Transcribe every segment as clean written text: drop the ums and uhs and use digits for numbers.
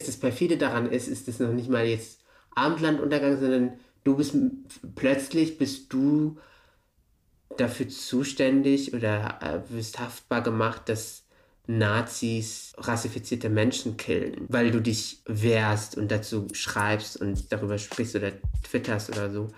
Das perfide daran ist das noch nicht mal jetzt Abendlanduntergang, sondern plötzlich bist du dafür zuständig oder wirst haftbar gemacht, dass Nazis rassifizierte Menschen killen, weil du dich wehrst und dazu schreibst und darüber sprichst oder twitterst oder so.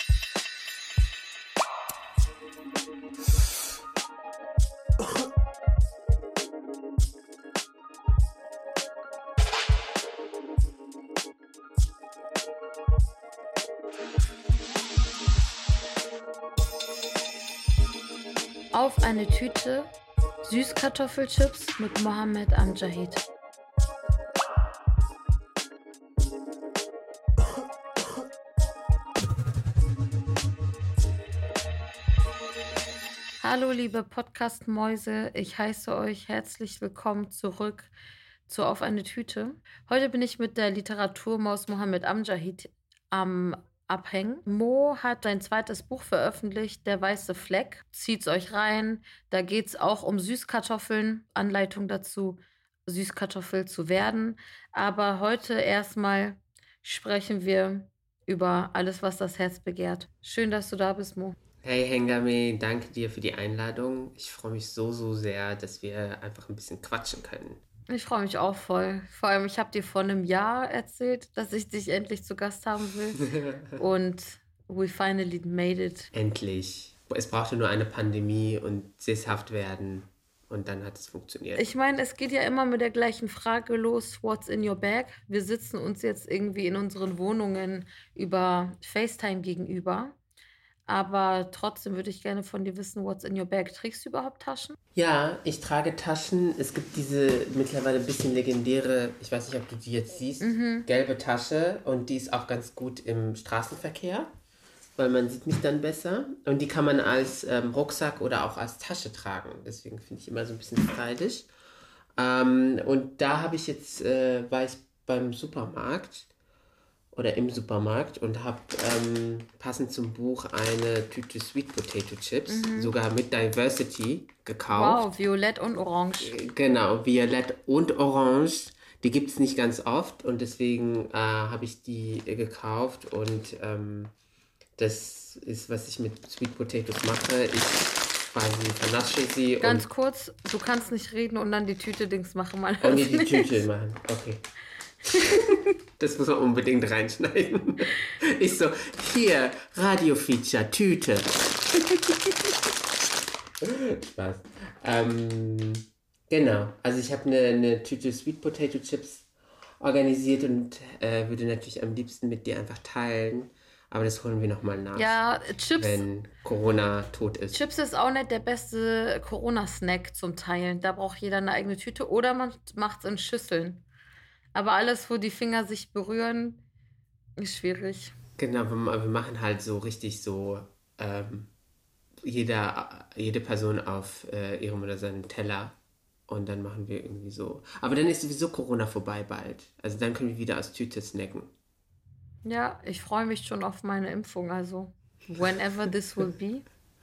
Auf eine Tüte Süßkartoffelchips mit Mohammed Amjahid. Hallo liebe Podcast-Mäuse, ich heiße euch herzlich willkommen zurück zu Auf eine Tüte. Heute bin ich mit der Literaturmaus Mohammed Amjahid am Abhängen. Mo hat sein zweites Buch veröffentlicht, Der weiße Fleck. Zieht's euch rein. Da geht's auch um Süßkartoffeln. Anleitung dazu, Süßkartoffel zu werden. Aber heute erstmal sprechen wir über alles, was das Herz begehrt. Schön, dass du da bist, Mo. Hey Hengame, danke dir für die Einladung. Ich freue mich so sehr, dass wir einfach ein bisschen quatschen können. Ich freue mich auch voll. Vor allem, ich habe dir vor einem Jahr erzählt, dass ich dich endlich zu Gast haben will. Und we finally made it. Endlich. Es brauchte nur eine Pandemie und sesshaft werden und dann hat es funktioniert. Ich meine, es geht ja immer mit der gleichen Frage los, what's in your bag? Wir sitzen uns jetzt irgendwie in unseren Wohnungen über FaceTime gegenüber. Aber trotzdem würde ich gerne von dir wissen, what's in your bag? Trägst du überhaupt Taschen? Ja, ich trage Taschen. Es gibt diese mittlerweile ein bisschen legendäre, ich weiß nicht, ob du die jetzt siehst, gelbe Tasche. Und die ist auch ganz gut im Straßenverkehr, weil man sieht mich dann besser. Und die kann man als Rucksack oder auch als Tasche tragen. Deswegen finde ich immer so ein bisschen stylisch. Und da habe ich jetzt, war ich beim Supermarkt oder im Supermarkt und habe passend zum Buch eine Tüte Sweet Potato Chips, sogar mit Diversity, gekauft. Wow, violett und orange. Genau, violett und orange. Die gibt es nicht ganz oft und deswegen habe ich die gekauft und das ist, was ich mit Sweet Potatoes mache. Ich quasi vernasche sie. Ganz kurz, du kannst nicht reden und dann die Tüte-Dings machen. Man und die Tüte machen, okay. Das muss man unbedingt reinschneiden. Ich so, hier, Radio-Feature, Tüte. Spaß. Genau, also ich habe eine Tüte Sweet Potato Chips organisiert und würde natürlich am liebsten mit dir einfach teilen. Aber das holen wir nochmal nach. Ja, Chips. Wenn Corona tot ist. Chips ist auch nicht der beste Corona-Snack zum Teilen. Da braucht jeder eine eigene Tüte oder man macht es in Schüsseln. Aber alles, wo die Finger sich berühren, ist schwierig. Genau, wir machen halt so richtig so jede Person auf ihrem oder seinem Teller und dann machen wir irgendwie so. Aber dann ist sowieso Corona vorbei bald. Also dann können wir wieder aus Tüte snacken. Ja, ich freue mich schon auf meine Impfung, also whenever this will be.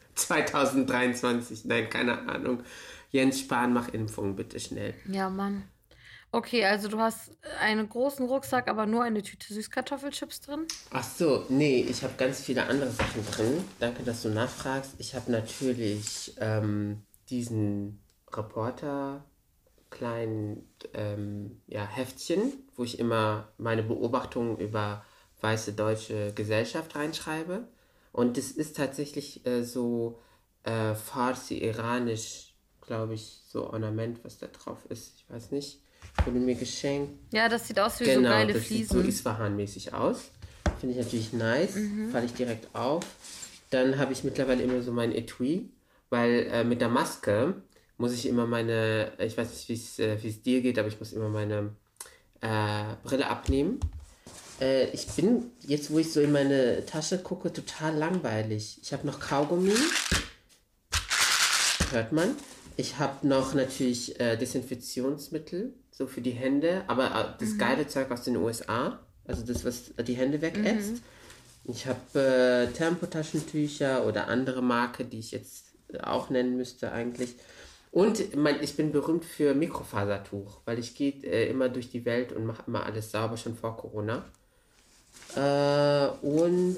2023, nein, keine Ahnung. Jens Spahn, mach Impfung, bitte schnell. Ja, Mann. Okay, also du hast einen großen Rucksack, aber nur eine Tüte Süßkartoffelchips drin? Ach so, nee, ich habe ganz viele andere Sachen drin. Danke, dass du nachfragst. Ich habe natürlich diesen Reporter kleinen Heftchen, wo ich immer meine Beobachtungen über weiße deutsche Gesellschaft reinschreibe. Und das ist tatsächlich so Farsi-iranisch, glaube ich, so Ornament, was da drauf ist. Ich weiß nicht. Wurde mir geschenkt. Ja, das sieht aus wie so geile das Fliesen. Sieht so Isfahan-mäßig aus. Finde ich natürlich nice. Falle ich direkt auf. Dann habe ich mittlerweile immer so mein Etui, weil mit der Maske muss ich immer ich weiß nicht, wie es dir geht, aber ich muss immer meine Brille abnehmen. Ich bin, jetzt wo ich so in meine Tasche gucke, total langweilig. Ich habe noch Kaugummi. Hört man. Ich habe noch natürlich Desinfektionsmittel, so für die Hände, aber das geile Zeug aus den USA, also das, was die Hände wegätzt. Ich habe Tempo-Taschentücher oder andere Marke, die ich jetzt auch nennen müsste eigentlich. Und ich bin berühmt für Mikrofasertuch, weil ich gehe immer durch die Welt und mache immer alles sauber, schon vor Corona. Und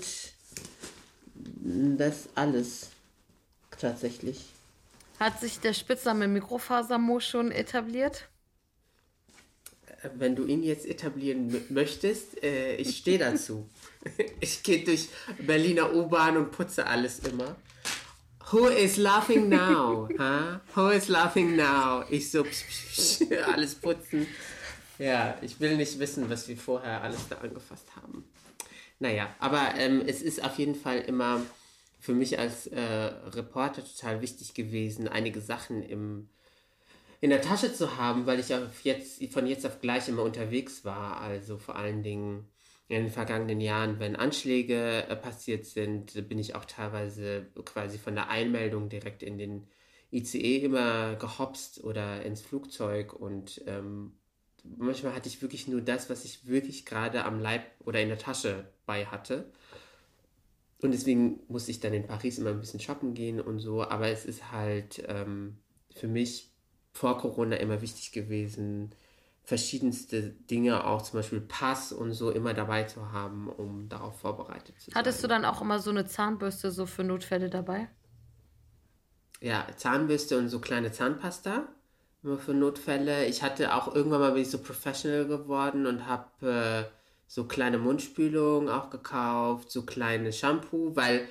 das alles tatsächlich. Hat sich der Spitzname Mikrofasermo schon etabliert? Wenn du ihn jetzt etablieren möchtest, ich stehe dazu. Ich gehe durch Berliner U-Bahn und putze alles immer. Who is laughing now? Huh? Who is laughing now? Ich so alles putzen. Ja, ich will nicht wissen, was wir vorher alles da angefasst haben. Naja, aber es ist auf jeden Fall immer für mich als Reporter total wichtig gewesen, einige Sachen in der Tasche zu haben, weil ich von jetzt auf gleich immer unterwegs war. Also vor allen Dingen in den vergangenen Jahren, wenn Anschläge passiert sind, bin ich auch teilweise quasi von der Einmeldung direkt in den ICE immer gehopst oder ins Flugzeug und manchmal hatte ich wirklich nur das, was ich wirklich gerade am Leib oder in der Tasche bei hatte. Und deswegen musste ich dann in Paris immer ein bisschen shoppen gehen und so. Aber es ist halt für mich vor Corona immer wichtig gewesen, verschiedenste Dinge, auch zum Beispiel Pass und so, immer dabei zu haben, um darauf vorbereitet zu Hattest du sein. dann auch immer so eine Zahnbürste so für Notfälle dabei? Ja, Zahnbürste und so kleine Zahnpasta, immer für Notfälle. Ich hatte auch irgendwann mal bin ich so professional geworden und habe so kleine Mundspülungen auch gekauft, so kleine Shampoo, weil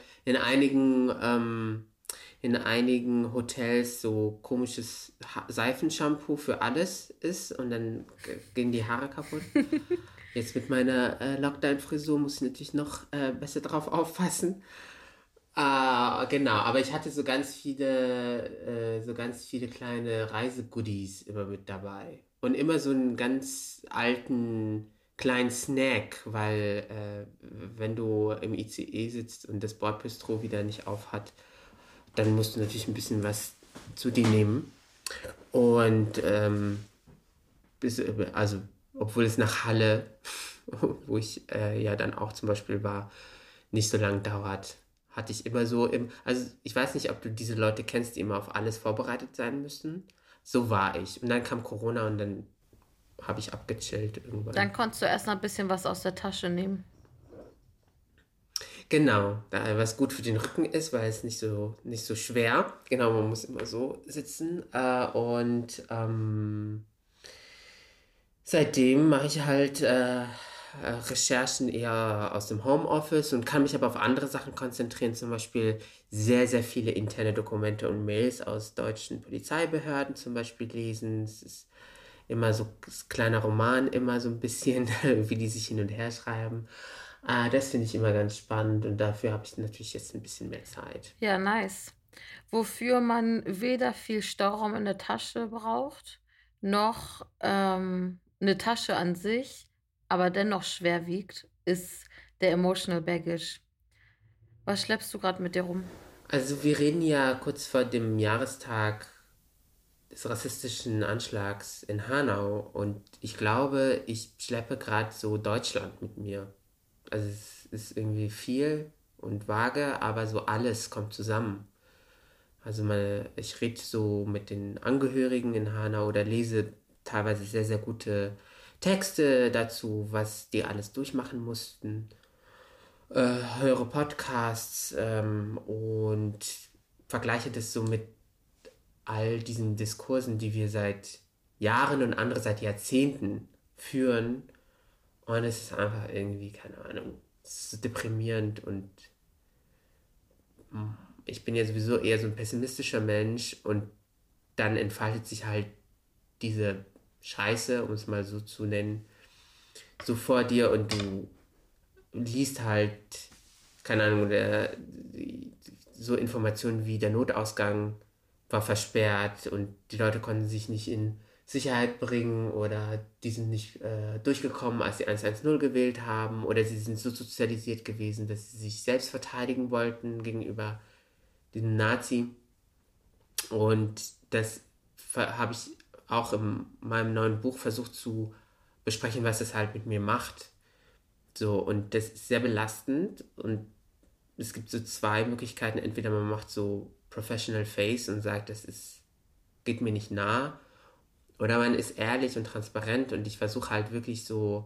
in einigen Hotels so komisches Seifenshampoo für alles ist und dann gehen die Haare kaputt. Jetzt mit meiner Lockdown-Frisur muss ich natürlich noch besser drauf aufpassen. Genau, aber ich hatte so ganz viele kleine Reisegoodies immer mit dabei. Und immer so einen ganz alten kleinen Snack, weil wenn du im ICE sitzt und das Bordbistro wieder nicht auf hat, dann musst du natürlich ein bisschen was zu dir nehmen. Und also, obwohl es nach Halle, wo ich ja dann auch zum Beispiel war, nicht so lang dauert, hatte ich immer so also ich weiß nicht, ob du diese Leute kennst, die immer auf alles vorbereitet sein müssen. So war ich. Und dann kam Corona und dann habe ich abgechillt irgendwann. Dann konntest du erst noch ein bisschen was aus der Tasche nehmen. Genau, was gut für den Rücken ist, weil es nicht so schwer. Genau, man muss immer so sitzen. Und seitdem mache ich halt Recherchen eher aus dem Homeoffice und kann mich aber auf andere Sachen konzentrieren, zum Beispiel sehr, sehr viele interne Dokumente und Mails aus deutschen Polizeibehörden zum Beispiel lesen. Es ist immer so ein kleiner Roman, immer so ein bisschen, wie die sich hin und her schreiben. Das finde ich immer ganz spannend und dafür habe ich natürlich jetzt ein bisschen mehr Zeit. Ja, nice. Wofür man weder viel Stauraum in der Tasche braucht, noch eine Tasche an sich, aber dennoch schwer wiegt, ist der Emotional Baggage. Was schleppst du gerade mit dir rum? Also wir reden ja kurz vor dem Jahrestag des rassistischen Anschlags in Hanau und ich glaube, ich schleppe gerade so Deutschland mit mir. Also es ist irgendwie viel und vage, aber so alles kommt zusammen. Also ich rede so mit den Angehörigen in Hanau oder lese teilweise sehr, sehr gute Texte dazu, was die alles durchmachen mussten, höre Podcasts und vergleiche das so mit all diesen Diskursen, die wir seit Jahren und andere seit Jahrzehnten führen. Und es ist einfach irgendwie, keine Ahnung, es ist so deprimierend und ich bin ja sowieso eher so ein pessimistischer Mensch und dann entfaltet sich halt diese Scheiße, um es mal so zu nennen, so vor dir und du liest halt, keine Ahnung, so Informationen wie der Notausgang war versperrt und die Leute konnten sich nicht in Sicherheit bringen oder die sind nicht durchgekommen, als sie 110 gewählt haben oder sie sind so sozialisiert gewesen, dass sie sich selbst verteidigen wollten gegenüber diesem Nazi. Und das habe ich auch in meinem neuen Buch versucht zu besprechen, was das halt mit mir macht. So, und das ist sehr belastend und es gibt so zwei Möglichkeiten. Entweder man macht so Professional Face und sagt, das ist geht mir nicht nah. Oder man ist ehrlich und transparent und ich versuche halt wirklich so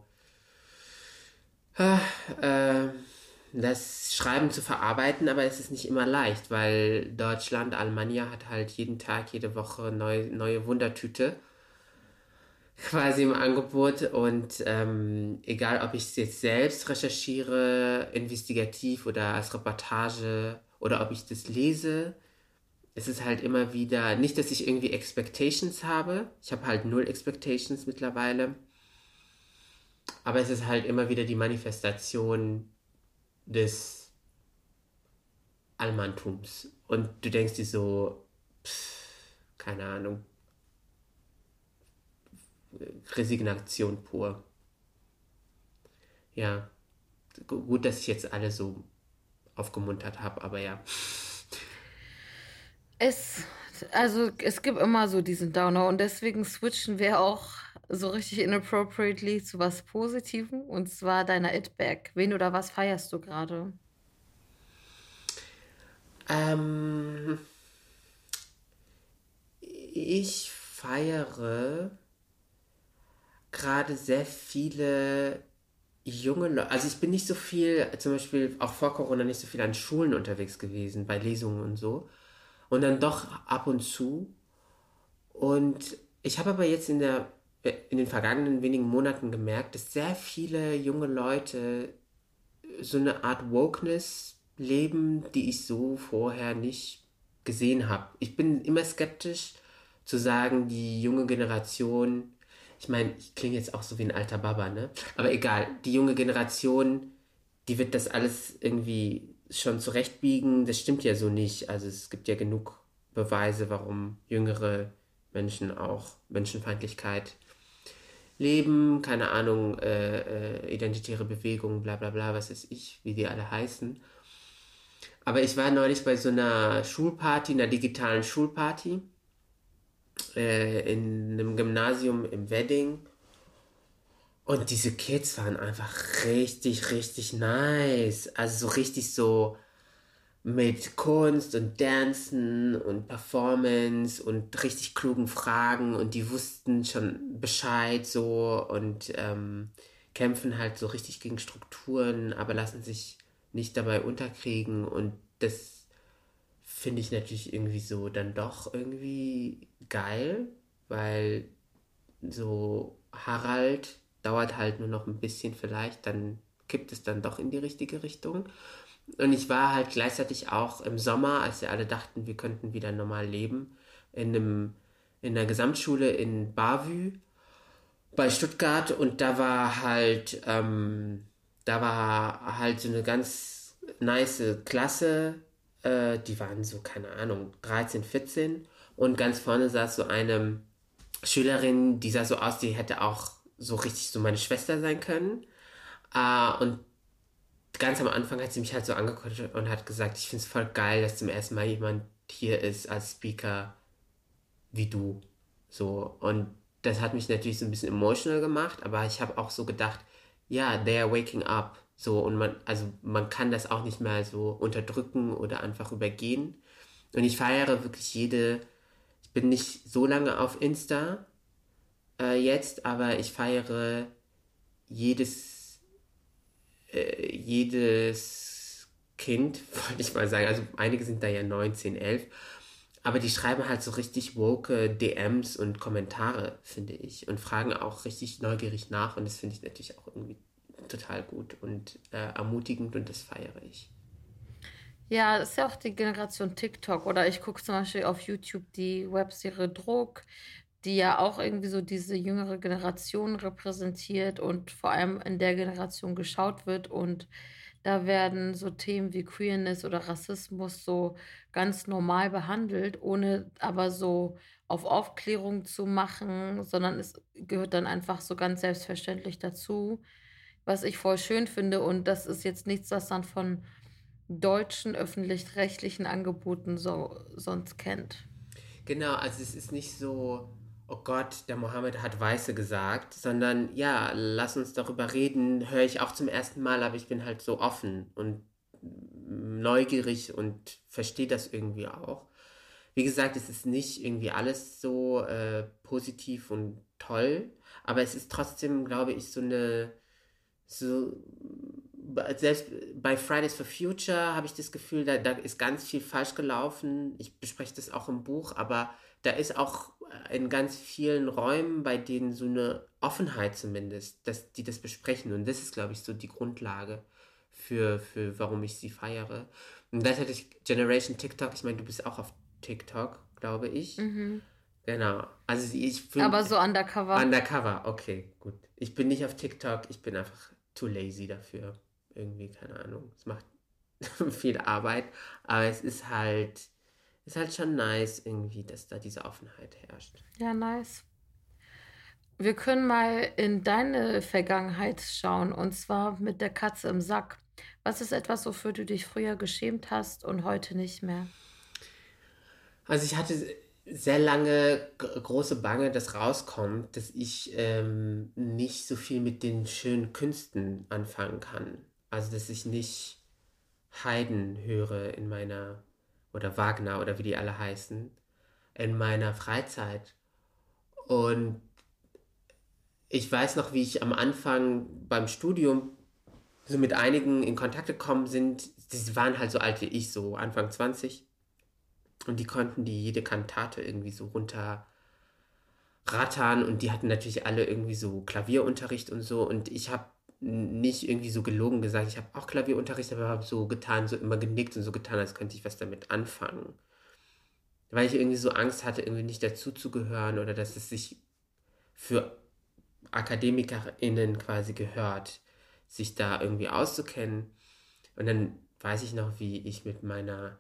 äh, das Schreiben zu verarbeiten, aber es ist nicht immer leicht, weil Deutschland, Alemannia hat halt jeden Tag, jede Woche neue Wundertüte quasi im Angebot und egal, ob ich es jetzt selbst recherchiere, investigativ oder als Reportage oder ob ich das lese, es ist halt immer wieder, nicht, dass ich irgendwie Expectations habe, ich habe halt null Expectations mittlerweile, aber es ist halt immer wieder die Manifestation des Allmanntums und du denkst dir so, keine Ahnung, Resignation pur. Ja, gut, dass ich jetzt alle so aufgemuntert habe, aber ja. Es, also es gibt immer so diesen Downer und deswegen switchen wir auch so richtig inappropriately zu was Positivem und zwar deiner It-Bag. Wen oder was feierst du gerade? Ähm, ich feiere gerade sehr viele junge Leute. Also ich bin nicht so viel, zum Beispiel auch vor Corona nicht so viel an Schulen unterwegs gewesen, bei Lesungen und so. Und dann doch ab und zu. Und ich habe aber jetzt in den vergangenen wenigen Monaten gemerkt, dass sehr viele junge Leute so eine Art Wokeness leben, die ich so vorher nicht gesehen habe. Ich bin immer skeptisch zu sagen, die junge Generation, ich meine, ich klinge jetzt auch so wie ein alter Baba, ne? Aber egal, die junge Generation, die wird das alles irgendwie schon zurechtbiegen. Das stimmt ja so nicht. Also es gibt ja genug Beweise, warum jüngere Menschen auch Menschenfeindlichkeit leben, keine Ahnung, identitäre Bewegungen, bla bla bla, was weiß ich, wie die alle heißen. Aber ich war neulich bei so einer Schulparty, einer digitalen Schulparty, in einem Gymnasium im Wedding. Und diese Kids waren einfach richtig, richtig nice. Also so richtig so mit Kunst und Dancen und Performance und richtig klugen Fragen und die wussten schon Bescheid so und kämpfen halt so richtig gegen Strukturen, aber lassen sich nicht dabei unterkriegen und das finde ich natürlich irgendwie so dann doch irgendwie geil, weil so Harald dauert halt nur noch ein bisschen vielleicht, dann kippt es dann doch in die richtige Richtung. Und ich war halt gleichzeitig auch im Sommer, als wir alle dachten, wir könnten wieder normal leben, in einer Gesamtschule in Bavü bei Stuttgart und da war halt so eine ganz nice Klasse, die waren so, keine Ahnung, 13, 14 und ganz vorne saß so eine Schülerin, die sah so aus, die hätte auch so richtig so meine Schwester sein können. Und ganz am Anfang hat sie mich halt so angeguckt und hat gesagt, ich finde es voll geil, dass zum ersten Mal jemand hier ist als Speaker wie du. So. Und das hat mich natürlich so ein bisschen emotional gemacht, aber ich habe auch so gedacht, ja, they are waking up. So, und also man kann das auch nicht mehr so unterdrücken oder einfach übergehen. Und ich feiere wirklich ich bin nicht so lange auf Insta jetzt, aber ich feiere jedes jedes Kind, wollte ich mal sagen, also einige sind da ja 19, 11, aber die schreiben halt so richtig woke DMs und Kommentare, finde ich, und fragen auch richtig neugierig nach und das finde ich natürlich auch irgendwie total gut und ermutigend und das feiere ich. Ja, das ist ja auch die Generation TikTok oder ich gucke zum Beispiel auf YouTube die Webserie Druck, die ja auch irgendwie so diese jüngere Generation repräsentiert und vor allem in der Generation geschaut wird und da werden so Themen wie Queerness oder Rassismus so ganz normal behandelt, ohne aber so auf Aufklärung zu machen, sondern es gehört dann einfach so ganz selbstverständlich dazu, was ich voll schön finde und das ist jetzt nichts, was dann von deutschen öffentlich-rechtlichen Angeboten sonst kennt. Genau, also es ist nicht so, oh Gott, der Mohammed hat Weiße gesagt, sondern ja, lass uns darüber reden, höre ich auch zum ersten Mal, aber ich bin halt so offen und neugierig und verstehe das irgendwie auch. Wie gesagt, es ist nicht irgendwie alles so positiv und toll, aber es ist trotzdem, glaube ich, so, selbst bei Fridays for Future habe ich das Gefühl, da ist ganz viel falsch gelaufen. Ich bespreche das auch im Buch, aber da ist auch in ganz vielen Räumen, bei denen so eine Offenheit zumindest, dass die das besprechen. Und das ist, glaube ich, so die Grundlage für warum ich sie feiere. Und gleichzeitig Generation TikTok, ich meine, du bist auch auf TikTok, glaube ich. Mhm. Genau. Also ich Aber finde, so undercover. undercover, okay, gut. Ich bin nicht auf TikTok, ich bin einfach too lazy dafür. Irgendwie, keine Ahnung. Es macht viel Arbeit, aber ist halt schon nice irgendwie, dass da diese Offenheit herrscht. Ja, nice. Wir können mal in deine Vergangenheit schauen, und zwar mit der Katze im Sack. Was ist etwas, wofür du dich früher geschämt hast und heute nicht mehr? Also ich hatte sehr lange große Bange, dass rauskommt, dass ich nicht so viel mit den schönen Künsten anfangen kann. Also dass ich nicht Haydn höre in meiner, oder Wagner oder wie die alle heißen, in meiner Freizeit. Und ich weiß noch, wie ich am Anfang beim Studium so mit einigen in Kontakt gekommen sind. Die waren halt so alt wie ich, so Anfang 20. Und die konnten die jede Kantate irgendwie so runterrattern. Und die hatten natürlich alle irgendwie so Klavierunterricht und so. Und ich habe nicht irgendwie so gelogen gesagt, ich habe auch Klavierunterricht, aber habe so getan, so immer genickt und so getan, als könnte ich was damit anfangen. Weil ich irgendwie so Angst hatte, irgendwie nicht dazuzugehören oder dass es sich für AkademikerInnen quasi gehört, sich da irgendwie auszukennen. Und dann weiß ich noch, wie ich mit meiner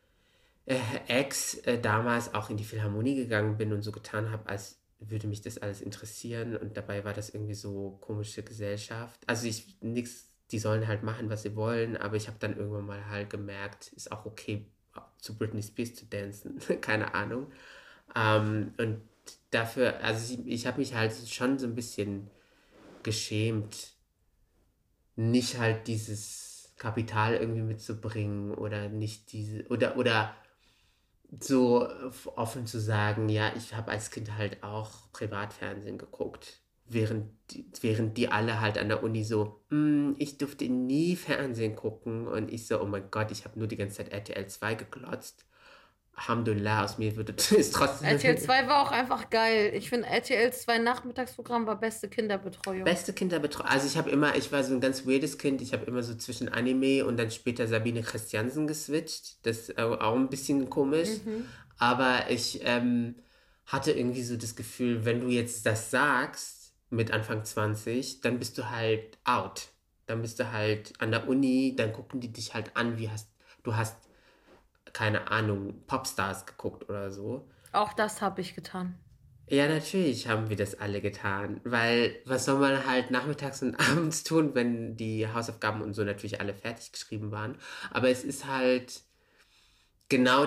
Ex damals auch in die Philharmonie gegangen bin und so getan habe, als würde mich das alles interessieren. Und dabei war das irgendwie so komische Gesellschaft. Also ich nix, die sollen halt machen, was sie wollen, aber ich habe dann irgendwann mal halt gemerkt, ist auch okay, zu Britney Spears zu tanzen. Keine Ahnung. Und dafür, also ich habe mich halt schon so ein bisschen geschämt, nicht halt dieses Kapital irgendwie mitzubringen oder nicht diese, oder so offen zu sagen, ja, ich habe als Kind halt auch Privatfernsehen geguckt. Während die alle halt an der Uni so, ich durfte nie Fernsehen gucken. Und ich so, oh mein Gott, ich habe nur die ganze Zeit RTL 2 geglotzt. Alhamdulillah, aus mir würde es trotzdem. RTL 2 war auch einfach geil. Ich finde, RTL 2 Nachmittagsprogramm war beste Kinderbetreuung. Beste Kinderbetreuung. Also ich war so ein ganz weirdes Kind. Ich habe immer so zwischen Anime und dann später Sabine Christiansen geswitcht. Das ist auch ein bisschen komisch. Mhm. Aber ich hatte irgendwie so das Gefühl, wenn du jetzt das sagst mit Anfang 20, dann bist du halt out. Dann bist du halt an der Uni, dann gucken die dich halt an, du hast, keine Ahnung, Popstars geguckt oder so. Auch das habe ich getan. Ja, natürlich haben wir das alle getan, weil was soll man halt nachmittags und abends tun, wenn die Hausaufgaben und so natürlich alle fertig geschrieben waren. Aber es ist halt genau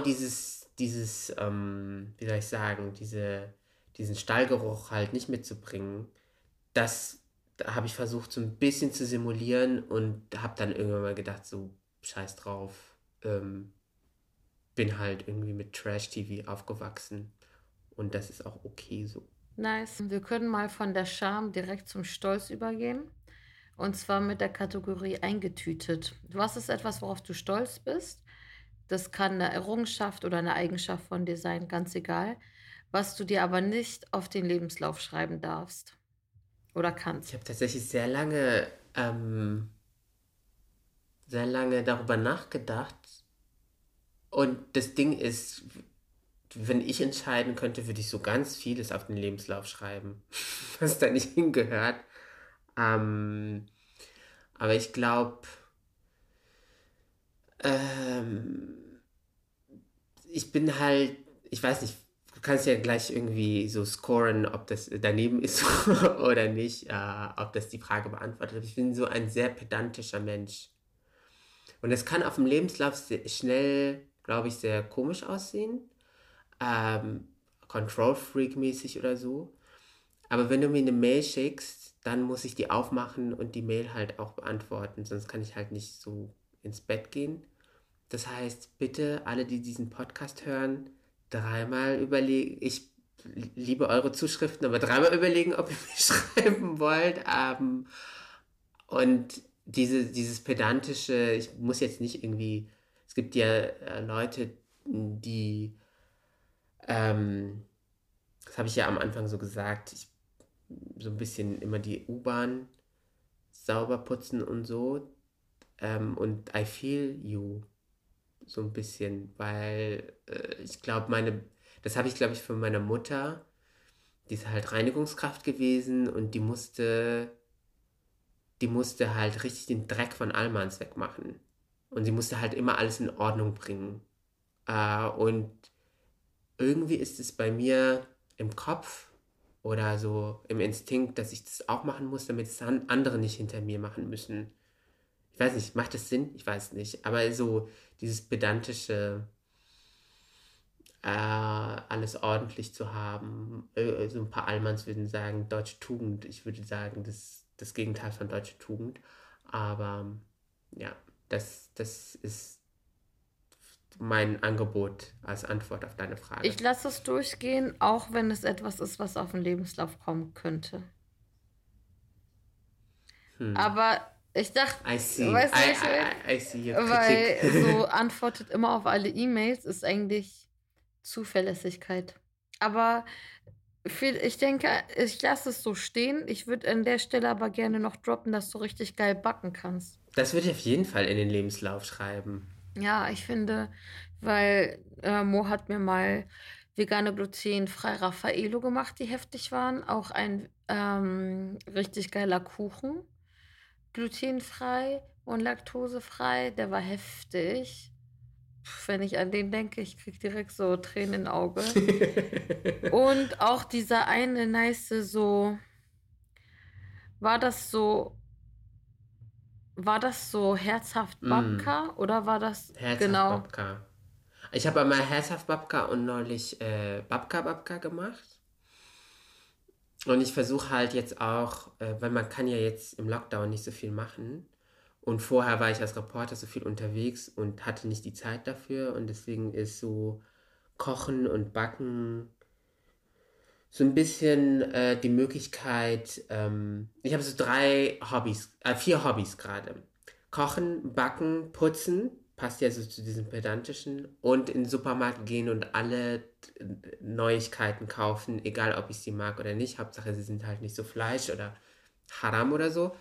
wie soll ich sagen, diesen Stallgeruch halt nicht mitzubringen. Das habe ich versucht so ein bisschen zu simulieren und habe dann irgendwann mal gedacht, so scheiß drauf, bin halt irgendwie mit Trash-TV aufgewachsen und das ist auch okay so. Nice. Wir können mal von der Scham direkt zum Stolz übergehen. Und zwar mit der Kategorie eingetütet. Was ist etwas, worauf du stolz bist? Das kann eine Errungenschaft oder eine Eigenschaft von dir sein, ganz egal. Was du dir aber nicht auf den Lebenslauf schreiben darfst oder Ich kannst. habe tatsächlich sehr lange darüber nachgedacht. Und das Ding ist, wenn ich entscheiden könnte, würde ich so ganz vieles auf den Lebenslauf schreiben, was da nicht hingehört. Ähm, aber ich glaube, ähm, ich bin halt, ich weiß nicht, du kannst ja gleich irgendwie so scoren, ob das daneben ist oder nicht, ob das die Frage beantwortet. Aber ich bin so ein sehr pedantischer Mensch. Und es kann auf dem Lebenslauf schnell, glaube ich, sehr komisch aussehen. Ähm, Control-Freak-mäßig oder so. Aber wenn du mir eine Mail schickst, dann muss ich die aufmachen und die Mail halt auch beantworten. Sonst kann ich halt nicht so ins Bett gehen. Das heißt, bitte alle, die diesen Podcast hören, dreimal überlegen. Ich liebe eure Zuschriften, aber dreimal überlegen, ob ihr mir schreiben wollt. Und dieses pedantische, ich muss jetzt nicht irgendwie, es gibt ja Leute, die, das habe ich ja am Anfang so gesagt, so ein bisschen immer die U-Bahn sauber putzen und so. Und I feel you so ein bisschen, weil ich glaube, das habe ich glaube ich von meiner Mutter, die ist halt Reinigungskraft gewesen und die musste halt richtig den Dreck von Almans wegmachen. Und sie musste halt immer alles in Ordnung bringen. Und irgendwie ist es bei mir im Kopf oder so im Instinkt, dass ich das auch machen muss, damit es andere nicht hinter mir machen müssen. Ich weiß nicht, macht das Sinn? Ich weiß nicht. Aber so dieses pedantische, alles ordentlich zu haben. So ein paar Allmanns würden sagen, deutsche Tugend. Ich würde sagen, das Gegenteil von deutsche Tugend. Aber ja, das ist mein Angebot als Antwort auf deine Frage. Ich lasse es durchgehen, auch wenn es etwas ist, was auf den Lebenslauf kommen könnte. Aber ich dachte, I see. weißt du, I see your weil Kritik. so antwortet immer auf alle E-Mails ist eigentlich Zuverlässigkeit. Aber ich denke, ich lasse es so stehen. Ich würde an der Stelle aber gerne noch droppen, dass du richtig geil backen kannst. Das würde ich auf jeden Fall in den Lebenslauf schreiben. Ja, ich finde, weil Mo hat mir mal vegane glutenfrei Raffaello gemacht, die heftig waren. Auch ein richtig geiler Kuchen. Glutenfrei und laktosefrei. Der war heftig. Wenn ich an den denke, ich krieg direkt so Tränen in Auge. Und auch dieser eine nice so, war das so herzhaft Babka oder war das Herzhaft genau? Babka. Ich habe einmal Herzhaft Babka und neulich Babka gemacht. Und ich versuche halt jetzt auch, weil man kann ja jetzt im Lockdown nicht so viel machen. Und vorher war ich als Reporter so viel unterwegs und hatte nicht die Zeit dafür. Und deswegen ist so Kochen und Backen so ein bisschen die Möglichkeit, ich habe so 4 Hobbys gerade. Kochen, Backen, Putzen, passt ja so zu diesem pedantischen, und in den Supermarkt gehen und alle Neuigkeiten kaufen, egal ob ich sie mag oder nicht. Hauptsache, sie sind halt nicht so Fleisch oder Haram oder so.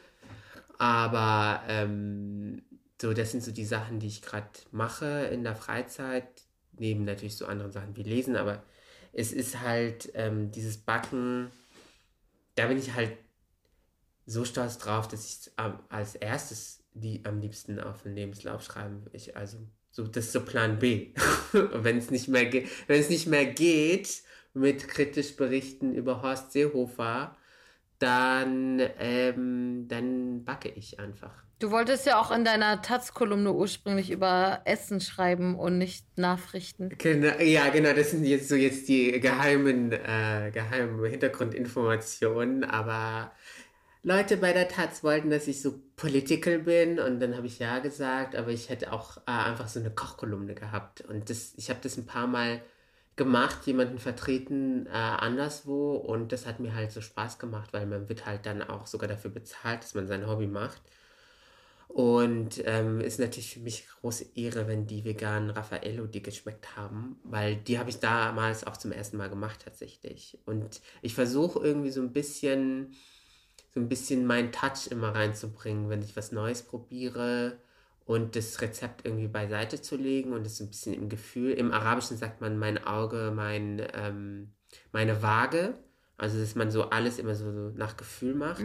Aber so, das sind so die Sachen, die ich gerade mache in der Freizeit, neben natürlich so anderen Sachen wie Lesen, aber es ist halt dieses Backen, da bin ich halt so stolz drauf, dass ich als erstes am liebsten auf den Lebenslauf schreiben will. Also so, das ist so Plan B. Wenn es nicht mehr geht mit kritisch Berichten über Horst Seehofer, dann backe ich einfach. Du wolltest ja auch in deiner Taz-Kolumne ursprünglich über Essen schreiben und nicht Nachrichten. Ja, genau, das sind jetzt die geheimen Hintergrundinformationen, aber Leute bei der Taz wollten, dass ich so political bin, und dann habe ich ja gesagt, aber ich hätte auch einfach so eine Kochkolumne gehabt, und ich habe das ein paar Mal gemacht, jemanden vertreten anderswo, und das hat mir halt so Spaß gemacht, weil man wird halt dann auch sogar dafür bezahlt, dass man sein Hobby macht. Und ist natürlich für mich große Ehre, wenn die veganen Raffaello die geschmeckt haben, weil die habe ich damals auch zum ersten Mal gemacht tatsächlich. Und ich versuche irgendwie so ein bisschen meinen Touch immer reinzubringen, wenn ich was Neues probiere, und das Rezept irgendwie beiseite zu legen und das so ein bisschen im Gefühl. Im Arabischen sagt man mein Auge, meine Waage. Also, dass man so alles immer so nach Gefühl macht.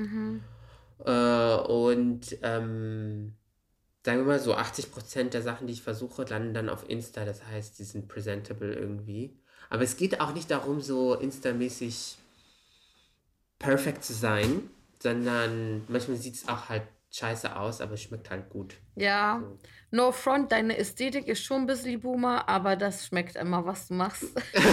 Sagen wir mal so, 80% der Sachen, die ich versuche, landen dann auf Insta. Das heißt, die sind presentable irgendwie. Aber es geht auch nicht darum, so Insta-mäßig perfekt zu sein, sondern manchmal sieht es auch halt scheiße aus, aber es schmeckt halt gut. Ja, So. no front, deine Ästhetik ist schon ein bisschen Boomer, aber das schmeckt immer, was du machst.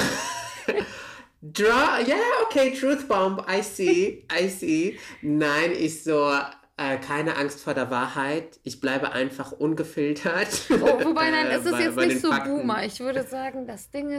Okay, Truth Bomb, I see. Nein, keine Angst vor der Wahrheit. Ich bleibe einfach ungefiltert. Wobei, nein, es ist jetzt bei nicht den so Fakten. Boomer. Ich würde sagen, das Ding ist,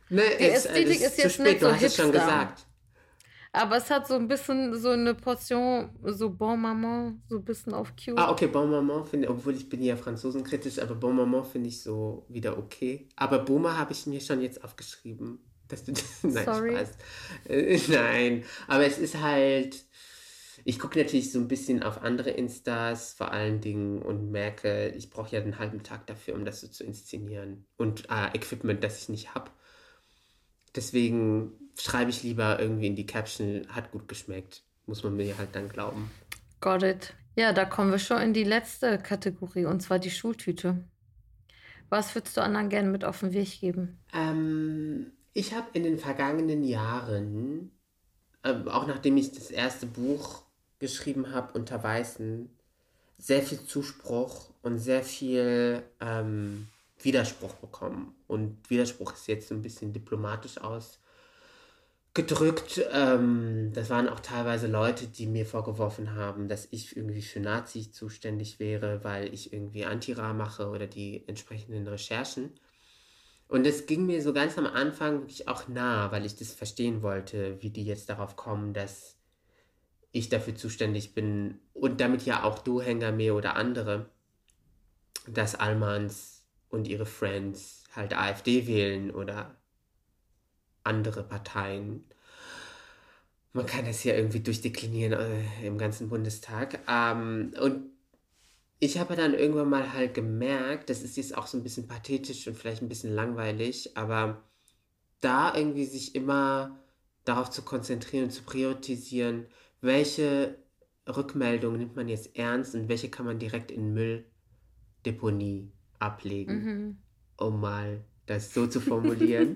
Ne, Die Ästhetik ist zu jetzt spät, nicht du so hast es schon hipster. gesagt. Aber es hat so ein bisschen so eine Portion, so Bon Maman, so ein bisschen auf Ah, cute. okay, Bon Maman finde ich, obwohl ich bin ja franzosenkritisch, aber Bon Maman finde ich so wieder okay. Aber Boomer habe ich mir schon jetzt aufgeschrieben, dass du das, nein, Sorry. Spaß. Nein, aber es ist halt, ich gucke natürlich so ein bisschen auf andere Instas vor allen Dingen und merke, ich brauche ja einen halben Tag dafür, um das so zu inszenieren. Und Equipment, das ich nicht habe. Deswegen schreibe ich lieber irgendwie in die Caption, hat gut geschmeckt. Muss man mir halt dann glauben. Got it. Ja, da kommen wir schon in die letzte Kategorie, und zwar die Schultüte. Was würdest du anderen gerne mit auf den Weg geben? Ich habe in den vergangenen Jahren, auch nachdem ich das erste Buch geschrieben habe, unter Weißen, sehr viel Zuspruch und sehr viel Widerspruch bekommen. Und Widerspruch ist jetzt so ein bisschen diplomatisch ausgedrückt. Das waren auch teilweise Leute, die mir vorgeworfen haben, dass ich irgendwie für Nazis zuständig wäre, weil ich irgendwie Antira mache oder die entsprechenden Recherchen. Und es ging mir so ganz am Anfang wirklich auch nah, weil ich das verstehen wollte, wie die jetzt darauf kommen, dass ich dafür zuständig bin und damit ja auch du, Hengame oder andere, dass Almans und ihre Friends halt AfD wählen oder andere Parteien. Man kann das ja irgendwie durchdeklinieren im ganzen Bundestag. Und ich habe dann irgendwann mal halt gemerkt, das ist jetzt auch so ein bisschen pathetisch und vielleicht ein bisschen langweilig, aber da irgendwie sich immer darauf zu konzentrieren und zu priorisieren, welche Rückmeldungen nimmt man jetzt ernst und welche kann man direkt in Mülldeponie ablegen, Mhm. um mal das so zu formulieren.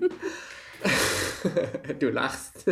Du lachst.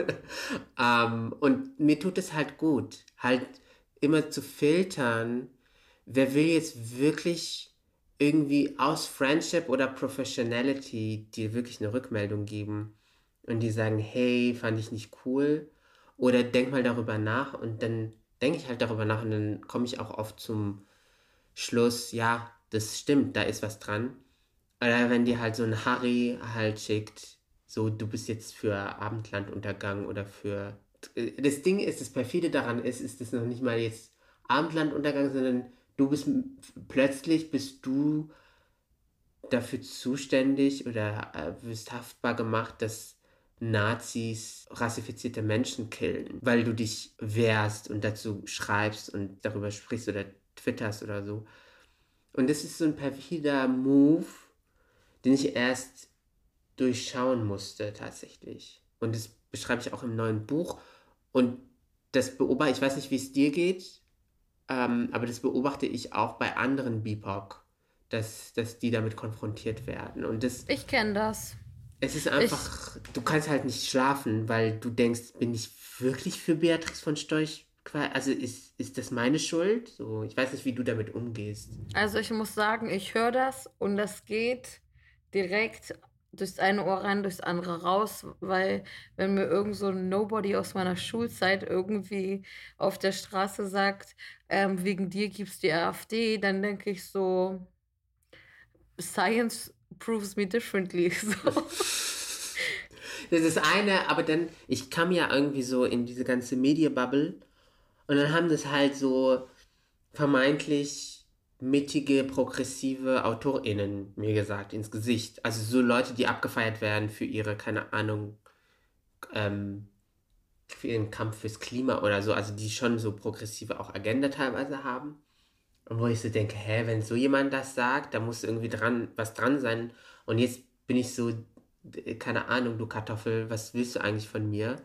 Und mir tut es halt gut, halt immer zu filtern, wer will jetzt wirklich irgendwie aus Friendship oder Professionality dir wirklich eine Rückmeldung geben und die sagen, hey, fand ich nicht cool oder denk mal darüber nach und dann denke ich halt darüber nach und dann komme ich auch oft zum Schluss, ja, das stimmt, da ist was dran. Oder wenn die halt so ein Harry halt schickt, so du bist jetzt für Abendlanduntergang oder für. Das Ding ist, das perfide daran ist das noch nicht mal jetzt Abendlanduntergang, sondern du bist plötzlich bist du dafür zuständig oder wirst haftbar gemacht, dass Nazis rassifizierte Menschen killen, weil du dich wehrst und dazu schreibst und darüber sprichst oder twitterst oder so. Und das ist so ein perfider Move, den ich erst durchschauen musste tatsächlich. Und das beschreibe ich auch im neuen Buch. Und das beobachte ich, weiß nicht, wie es dir geht, aber das beobachte ich auch bei anderen BIPOC, dass die damit konfrontiert werden. Und Ich kenne das. es ist Ich, einfach, du kannst halt nicht schlafen, weil du denkst, bin ich wirklich für Beatrix von Storch? Also ist das meine Schuld? So, ich weiß nicht, wie du damit umgehst. also ich muss sagen, ich höre das und das geht direkt durchs eine Ohr rein, durchs andere raus, weil wenn mir irgend so ein Nobody aus meiner Schulzeit irgendwie auf der Straße sagt, wegen dir gibt's die AfD, dann denke ich so, Science proves me differently. So. Das ist eine, aber dann, ich kam ja irgendwie so in diese ganze Media-Bubble und dann haben das halt so vermeintlich mittige, progressive AutorInnen mir gesagt, ins Gesicht. Also so Leute, die abgefeiert werden für ihre, keine Ahnung, ähm, für ihren Kampf fürs Klima oder so, also die schon so progressive auch Agenda teilweise haben. Und wo ich so denke, hä, wenn so jemand das sagt, da muss irgendwie was dran sein. Und jetzt bin ich so, keine Ahnung, du Kartoffel, was willst du eigentlich von mir?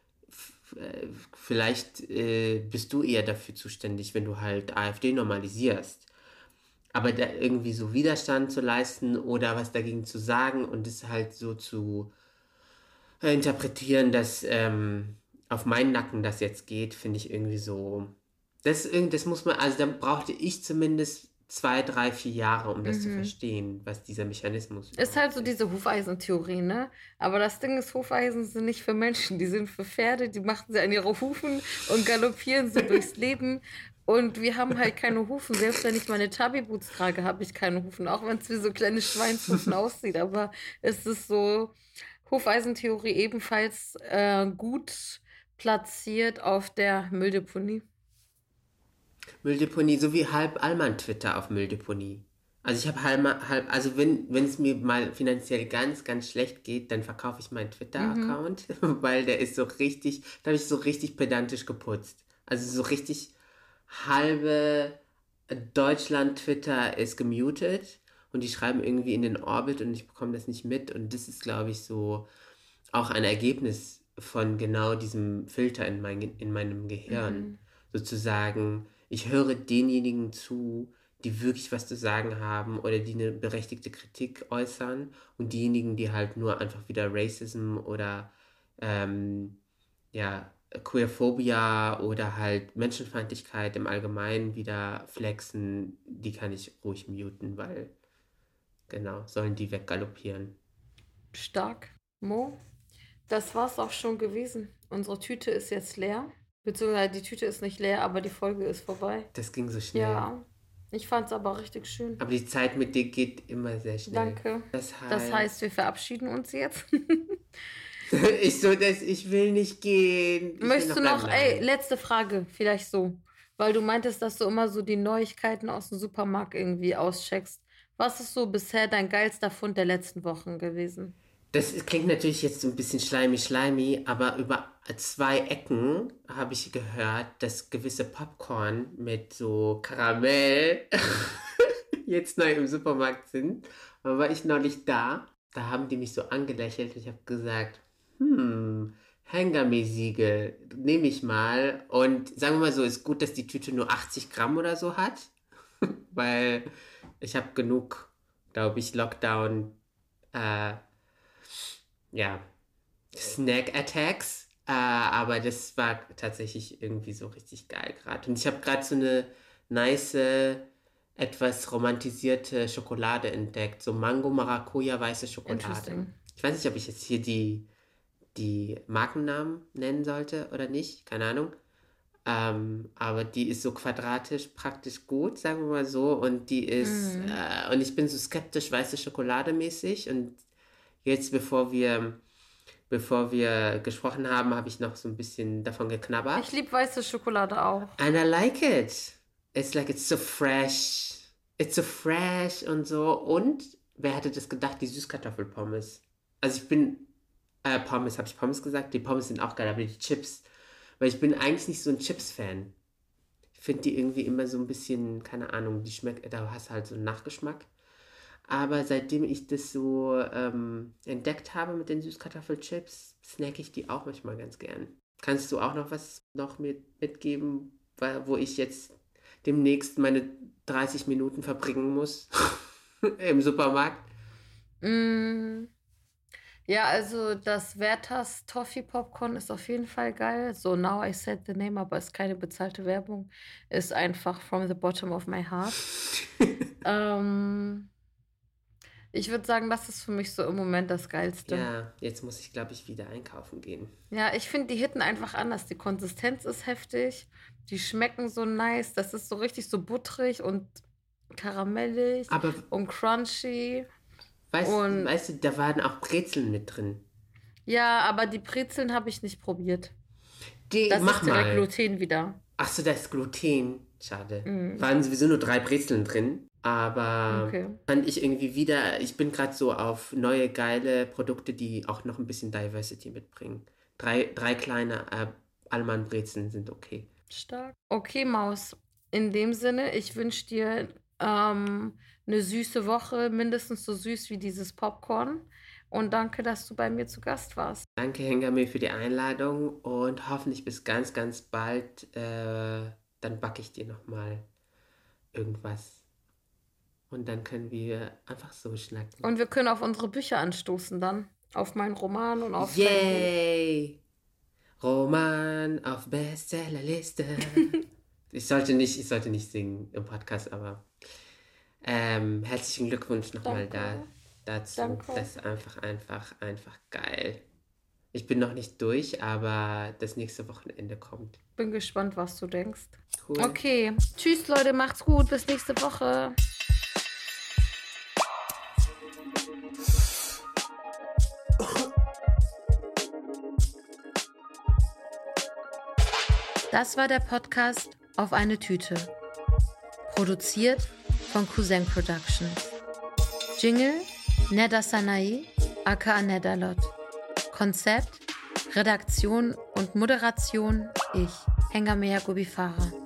Vielleicht bist du eher dafür zuständig, wenn du halt AfD normalisierst. Aber da irgendwie so Widerstand zu leisten oder was dagegen zu sagen und es halt so zu interpretieren, dass auf meinen Nacken das jetzt geht, finde ich irgendwie so. Das muss man, also da brauchte ich zumindest 2, 3, 4 Jahre, um das zu Mhm. verstehen, was dieser Mechanismus Ist halt überhaupt so ist. diese Hufeisentheorie, ne? Aber das Ding ist, Hufeisen sind nicht für Menschen, die sind für Pferde, die machen sie an ihre Hufen und galoppieren so durchs Leben. Und wir haben halt keine Hufen. Selbst wenn ich meine Tabi-Boots trage, habe ich keine Hufen. Auch wenn es wie so kleine Schweinshufen aussieht. Aber es ist so, Hufeisentheorie ebenfalls gut platziert auf der Mülldeponie. Mülldeponie, so wie halb Allmann-Twitter auf Mülldeponie. Also ich habe also wenn es mir mal finanziell ganz, ganz schlecht geht, dann verkaufe ich meinen Twitter-Account, weil der ist so richtig, da habe ich so richtig pedantisch geputzt. Also so richtig halbe Deutschland-Twitter ist gemutet und die schreiben irgendwie in den Orbit und ich bekomme das nicht mit und das ist, glaube ich, so auch ein Ergebnis von genau diesem Filter in meinem Gehirn. Sozusagen, ich höre denjenigen zu, die wirklich was zu sagen haben oder die eine berechtigte Kritik äußern und diejenigen, die halt nur einfach wieder Racism oder ja, Queerphobia oder halt Menschenfeindlichkeit im Allgemeinen wieder flexen, die kann ich ruhig muten, weil genau, sollen die weggaloppieren. Stark. Mo, das war's auch schon gewesen. Unsere Tüte ist jetzt leer. Beziehungsweise die Tüte ist nicht leer, aber die Folge ist vorbei. Das ging so schnell. Ja, ich fand's aber richtig schön. Aber die Zeit mit dir geht immer sehr schnell. Danke. Das Das heißt, wir verabschieden uns jetzt. ich will nicht gehen. Möchtest du noch, letzte Frage, vielleicht so. Weil du meintest, dass du immer so die Neuigkeiten aus dem Supermarkt irgendwie auscheckst. Was ist so bisher dein geilster Fund der letzten Wochen gewesen? Das klingt natürlich jetzt so ein bisschen schleimig, aber über 2 Ecken habe ich gehört, dass gewisse Popcorn mit so Karamell jetzt neu im Supermarkt sind. Da war ich neulich da haben die mich so angelächelt und ich habe gesagt, Hengame-Siegel nehme ich mal. Und sagen wir mal so, ist gut, dass die Tüte nur 80 Gramm oder so hat, weil ich habe genug, glaube ich, Lockdown, ja, Snack-Attacks. Aber das war tatsächlich irgendwie so richtig geil gerade. Und ich habe gerade so eine nice, etwas romantisierte Schokolade entdeckt. So Mango-Maracuja weiße Schokolade. Interesting. Ich weiß nicht, ob ich jetzt hier die Markennamen nennen sollte oder nicht. Keine Ahnung. Aber die ist so quadratisch praktisch gut, sagen wir mal so. Und die ist, und ich bin so skeptisch weiße Schokolade mäßig. Und jetzt, bevor wir gesprochen haben, habe ich noch so ein bisschen davon geknabbert. Ich liebe weiße Schokolade auch. And I like it. It's so fresh. It's so fresh und so. Und wer hätte das gedacht, die Süßkartoffelpommes? Also ich bin, Pommes, habe ich Pommes gesagt? Die Pommes sind auch geil, aber die Chips. Weil ich bin eigentlich nicht so ein Chips-Fan. Ich finde die irgendwie immer so ein bisschen, keine Ahnung, die schmeckt, da hast du halt so einen Nachgeschmack. Aber seitdem ich das so entdeckt habe mit den Süßkartoffelchips, snacke ich die auch manchmal ganz gern. Kannst du auch noch was mitgeben, wo ich jetzt demnächst meine 30 Minuten verbringen muss im Supermarkt? Ja, also das Werthers Toffee Popcorn ist auf jeden Fall geil. So, now I said the name, aber ist keine bezahlte Werbung. Ist einfach from the bottom of my heart. Ich würde sagen, das ist für mich so im Moment das Geilste. Ja, jetzt muss ich, glaube ich, wieder einkaufen gehen. Ja, ich finde, die hitten einfach anders. Die Konsistenz ist heftig. Die schmecken so nice. Das ist so richtig so butterig und karamellig und crunchy. Weißt du, da waren auch Brezeln mit drin. Ja, aber die Brezeln habe ich nicht probiert. Das ist direkt Gluten wieder. Ach so, das ist Gluten. Schade. Waren sowieso nur 3 Brezeln drin. Aber fand ich irgendwie wieder, ich bin gerade so auf neue, geile Produkte, die auch noch ein bisschen Diversity mitbringen. 3 kleine Allmann-Brezeln sind okay. Stark. Okay, Maus. In dem Sinne, ich wünsche dir eine süße Woche, mindestens so süß wie dieses Popcorn. Und danke, dass du bei mir zu Gast warst. Danke, Hengame, für die Einladung und hoffentlich bis ganz, ganz bald. Dann backe ich dir nochmal irgendwas. Und dann können wir einfach so schnacken. Und wir können auf unsere Bücher anstoßen dann. Auf meinen Roman und auf Yay! Roman auf Bestsellerliste. Ich sollte nicht singen im Podcast, aber herzlichen Glückwunsch nochmal dazu. Danke. Das ist einfach geil. Ich bin noch nicht durch, aber das nächste Wochenende kommt. Bin gespannt, was du denkst. Cool. Okay. Tschüss, Leute. Macht's gut. Bis nächste Woche. Das war der Podcast Auf eine Tüte. Produziert von Cousin Production. Jingle Neda Sanae, aka Nedalot. Konzept, Redaktion und Moderation ich, Hengamea Gubifara.